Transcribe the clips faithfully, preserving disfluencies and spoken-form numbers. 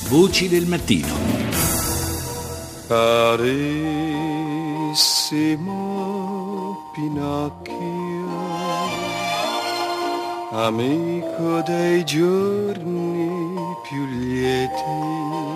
Voci del mattino. Carissimo Pinocchio, amico dei giorni più lieti.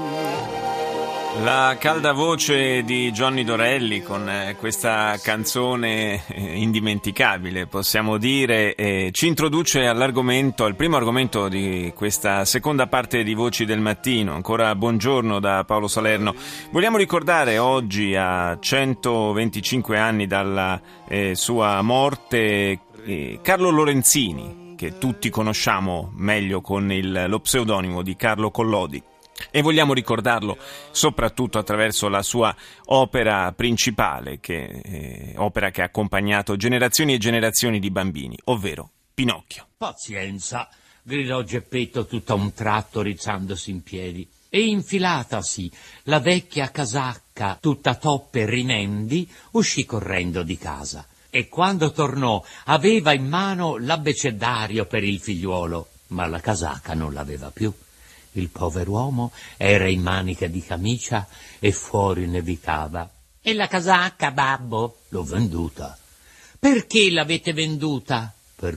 La calda voce di Johnny Dorelli con eh, questa canzone eh, indimenticabile, possiamo dire, eh, ci introduce all'argomento, al primo argomento di questa seconda parte di Voci del Mattino. Ancora buongiorno da Paolo Salerno. Vogliamo ricordare oggi, a centoventicinque anni dalla eh, sua morte, eh, Carlo Lorenzini, che tutti conosciamo meglio con il, lo pseudonimo di Carlo Collodi. E vogliamo ricordarlo soprattutto attraverso la sua opera principale, che eh, opera che ha accompagnato generazioni e generazioni di bambini, ovvero Pinocchio. Pazienza, gridò Geppetto tutto a un tratto rizzandosi in piedi. E infilatasi la vecchia casacca tutta toppe e rinendi, uscì correndo di casa. E quando tornò aveva in mano l'abbecedario per il figliuolo, ma la casacca non l'aveva più. Il pover'uomo era in maniche di camicia e fuori nevicava. E la casacca, babbo? L'ho venduta. Perché l'avete venduta?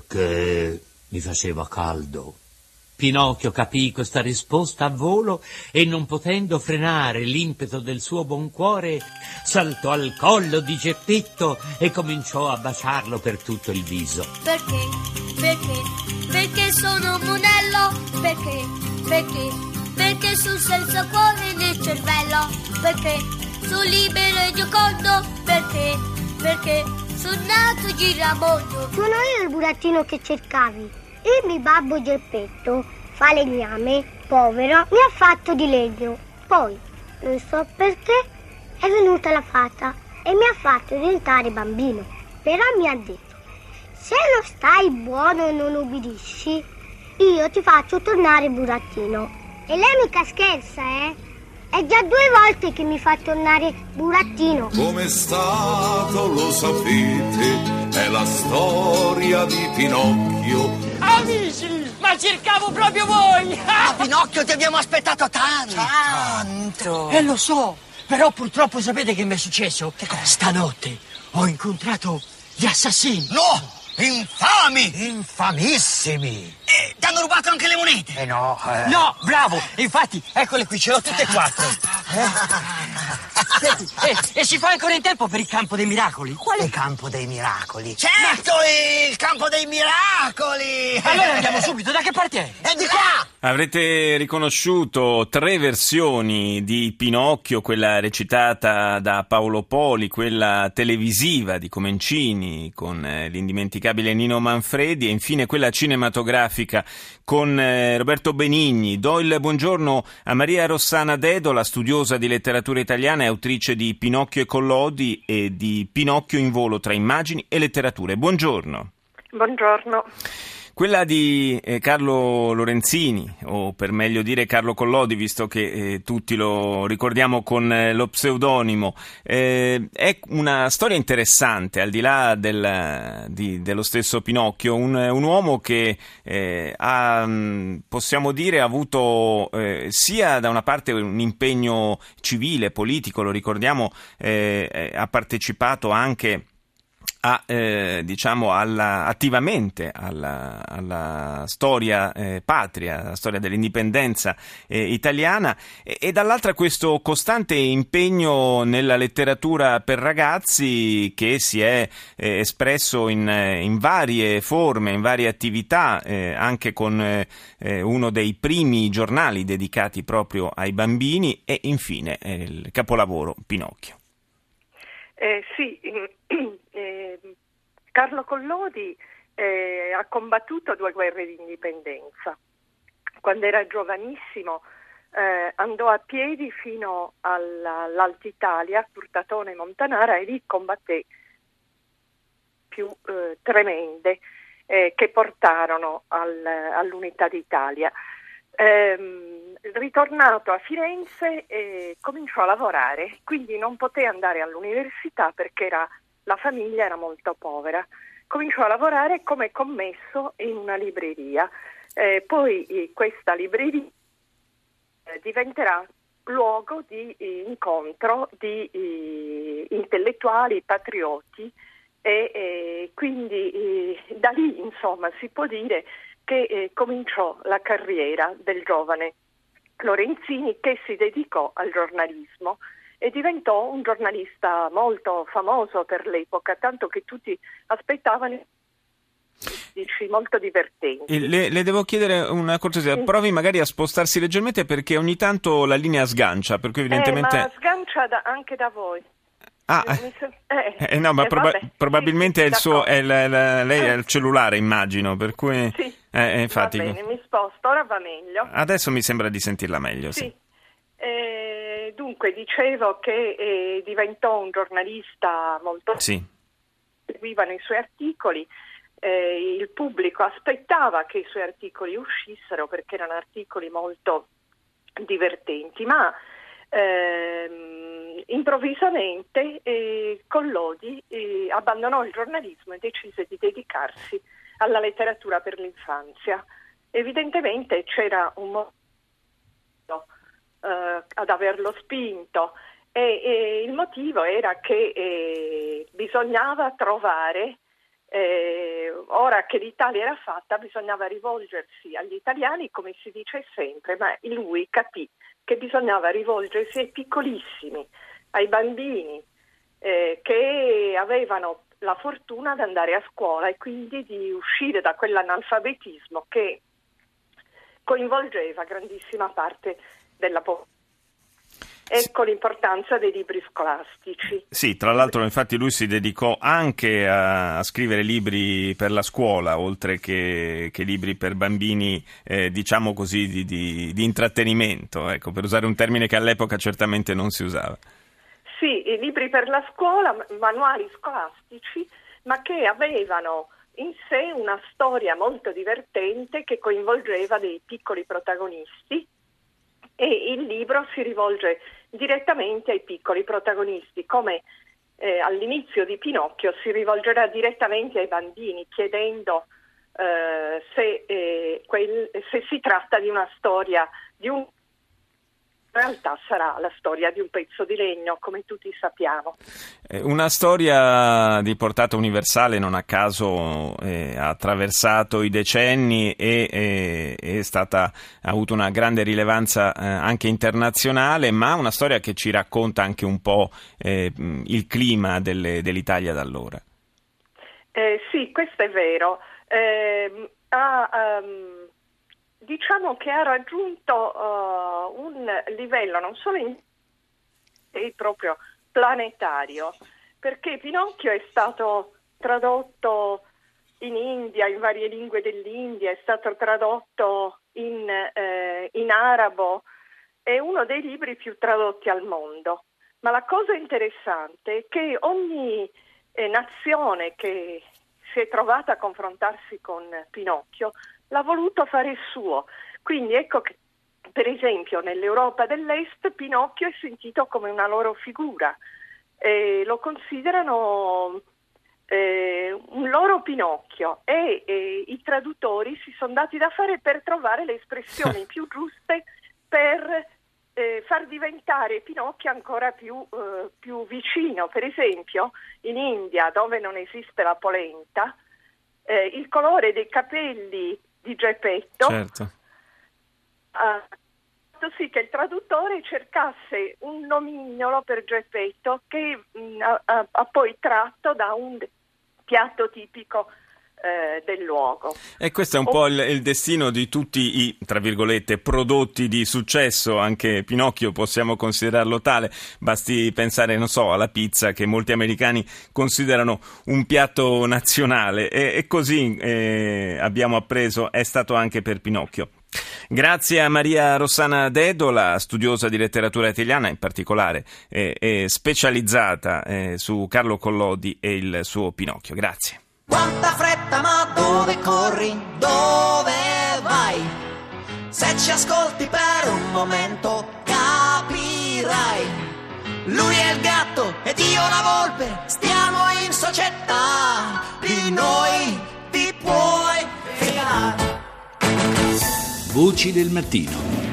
Perché mi faceva caldo. Pinocchio capì questa risposta a volo e, non potendo frenare l'impeto del suo buon cuore, saltò al collo di Geppetto e cominciò a baciarlo per tutto il viso. Perché? Perché? Perché sono un monello? Perché? Perché? Perché sono senza cuore nel cervello. Perché? Sono libero e giocondo. Perché? Perché sono nato giramondo. Sono io il burattino che cercavi. Il mio babbo Geppetto, falegname, povero, mi ha fatto di legno. Poi, non so perché, è venuta la fata e mi ha fatto diventare bambino. Però mi ha detto: se non stai buono e non ubbidisci, io ti faccio tornare burattino. E lei mica scherza, eh? È già due volte che mi fa tornare burattino. Come è stato lo sapete, è la storia di Pinocchio. Amici, ma cercavo proprio voi! Ah, Pinocchio, ti abbiamo aspettato tanto! Tanto! E eh, lo so, però purtroppo sapete che mi è successo? Che cosa? Stanotte ho incontrato gli assassini. No! Infami! Infamissimi! E ti hanno rubato anche le monete? Eh no, eh. No, bravo! Infatti, eccole qui, ce l'ho tutte e quattro. Eh? Senti, eh, e si fa ancora in tempo per il campo dei miracoli? Quale campo dei miracoli? Certo, Ma... il campo dei miracoli! Allora andiamo subito, da che parte è? È di qua! Avrete riconosciuto tre versioni di Pinocchio, quella recitata da Paolo Poli, quella televisiva di Comencini con eh, l'indimenticabile Nino Manfredi, e infine quella cinematografica con eh, Roberto Benigni. Do il buongiorno a Maria Rossana Dedola, studiosa di letteratura italiana e autrice di Pinocchio e Collodi e di Pinocchio in volo tra immagini e letterature. Buongiorno. Buongiorno. Quella di eh, Carlo Lorenzini, o per meglio dire Carlo Collodi, visto che eh, tutti lo ricordiamo con eh, lo pseudonimo, eh, è una storia interessante, al di là del, di, dello stesso Pinocchio, un, un uomo che eh, ha, possiamo dire, avuto eh, sia da una parte un impegno civile, politico, lo ricordiamo, eh, ha partecipato anche A, eh, diciamo alla, attivamente alla, alla storia eh, patria, alla storia dell'indipendenza eh, italiana, e, e dall'altra questo costante impegno nella letteratura per ragazzi che si è eh, espresso in, in varie forme, in varie attività, eh, anche con eh, uno dei primi giornali dedicati proprio ai bambini, e infine eh, il capolavoro Pinocchio. Eh, sì, eh, Carlo Collodi eh, ha combattuto due guerre di indipendenza. Quando era giovanissimo eh, andò a piedi fino alla, all'Alta Italia, Curtatone e Montanara, e lì combatté più eh, tremende eh, che portarono al, all'unità d'Italia. Eh, ritornato a Firenze eh, cominciò a lavorare, quindi non poté andare all'università perché era, la famiglia era molto povera. Cominciò a lavorare come commesso in una libreria, eh, poi eh, questa libreria diventerà luogo di eh, incontro di eh, intellettuali, patrioti e eh, quindi eh, da lì insomma si può dire che eh, cominciò la carriera del giovane Lorenzini, che si dedicò al giornalismo e diventò un giornalista molto famoso per l'epoca, tanto che tutti aspettavano molto divertenti. Le, le devo chiedere una cortesia, sì. Provi magari a spostarsi leggermente perché ogni tanto la linea sgancia, per cui evidentemente... Eh, ma sgancia da, anche da voi. Ah, eh, eh, no, ma eh, proba- probabilmente sì, sì, è il suo, è la, la, lei è il cellulare, immagino, per cui... Sì, eh, infatti, va bene, mi sposto, ora va meglio. Adesso mi sembra di sentirla meglio, sì. sì. Eh, dunque, dicevo che eh, diventò un giornalista molto... Sì. Seguivano i suoi articoli. Eh, il pubblico aspettava che i suoi articoli uscissero perché erano articoli molto divertenti, ma ehm, improvvisamente eh, Collodi eh, abbandonò il giornalismo e decise di dedicarsi alla letteratura per l'infanzia. Evidentemente c'era un motivo eh, ad averlo spinto e, e il motivo era che eh, bisognava trovare Eh, ora che l'Italia era fatta bisognava rivolgersi agli italiani, come si dice sempre, ma lui capì che bisognava rivolgersi ai piccolissimi, ai bambini eh, che avevano la fortuna di andare a scuola e quindi di uscire da quell'analfabetismo che coinvolgeva grandissima parte della popolazione. Ecco l'importanza dei libri scolastici. Sì, tra l'altro infatti lui si dedicò anche a, a scrivere libri per la scuola, oltre che, che libri per bambini, eh, diciamo così, di, di, di intrattenimento, ecco, per usare un termine che all'epoca certamente non si usava. Sì, i libri per la scuola, manuali scolastici, ma che avevano in sé una storia molto divertente che coinvolgeva dei piccoli protagonisti. E il libro si rivolge direttamente ai piccoli protagonisti, come eh, all'inizio di Pinocchio si rivolgerà direttamente ai bambini, chiedendo eh, se, eh, quel, se si tratta di una storia di un... In realtà sarà la storia di un pezzo di legno, come tutti sappiamo. Una storia di portata universale, non a caso eh, ha attraversato i decenni e eh, è stata, ha avuto una grande rilevanza eh, anche internazionale, ma una storia che ci racconta anche un po' eh, il clima delle, dell'Italia d'allora. Eh, sì, questo è vero. Eh, ha, um... Diciamo che ha raggiunto uh, un livello non solo in, è proprio planetario, perché Pinocchio è stato tradotto in India, in varie lingue dell'India, è stato tradotto in, eh, in arabo, è uno dei libri più tradotti al mondo. Ma la cosa interessante è che ogni eh, nazione che si è trovata a confrontarsi con Pinocchio l'ha voluto fare suo. Quindi ecco che, per esempio, nell'Europa dell'Est Pinocchio è sentito come una loro figura. Eh, lo considerano eh, un loro Pinocchio e eh, i traduttori si sono dati da fare per trovare le espressioni più giuste per eh, far diventare Pinocchio ancora più, eh, più vicino. Per esempio, in India, dove non esiste la polenta, eh, il colore dei capelli di Geppetto certo. ha fatto sì che il traduttore cercasse un nomignolo per Geppetto che mh, ha, ha, ha poi tratto da un piatto tipico eh, del luogo. E questo è un oh. po' il, il destino di tutti i, tra virgolette, prodotti di successo, anche Pinocchio possiamo considerarlo tale, basti pensare, non so, alla pizza che molti americani considerano un piatto nazionale e, e così eh, abbiamo appreso è stato anche per Pinocchio. Grazie a Maria Rossana Dedola, studiosa di letteratura italiana, in particolare eh, è specializzata eh, su Carlo Collodi e il suo Pinocchio. Grazie. Quanta fretta, ma dove corri? Dove vai? Se ci ascolti per un momento capirai. Lui è il gatto ed io la volpe, stiamo in società, di noi ti puoi fidare. Voci del mattino.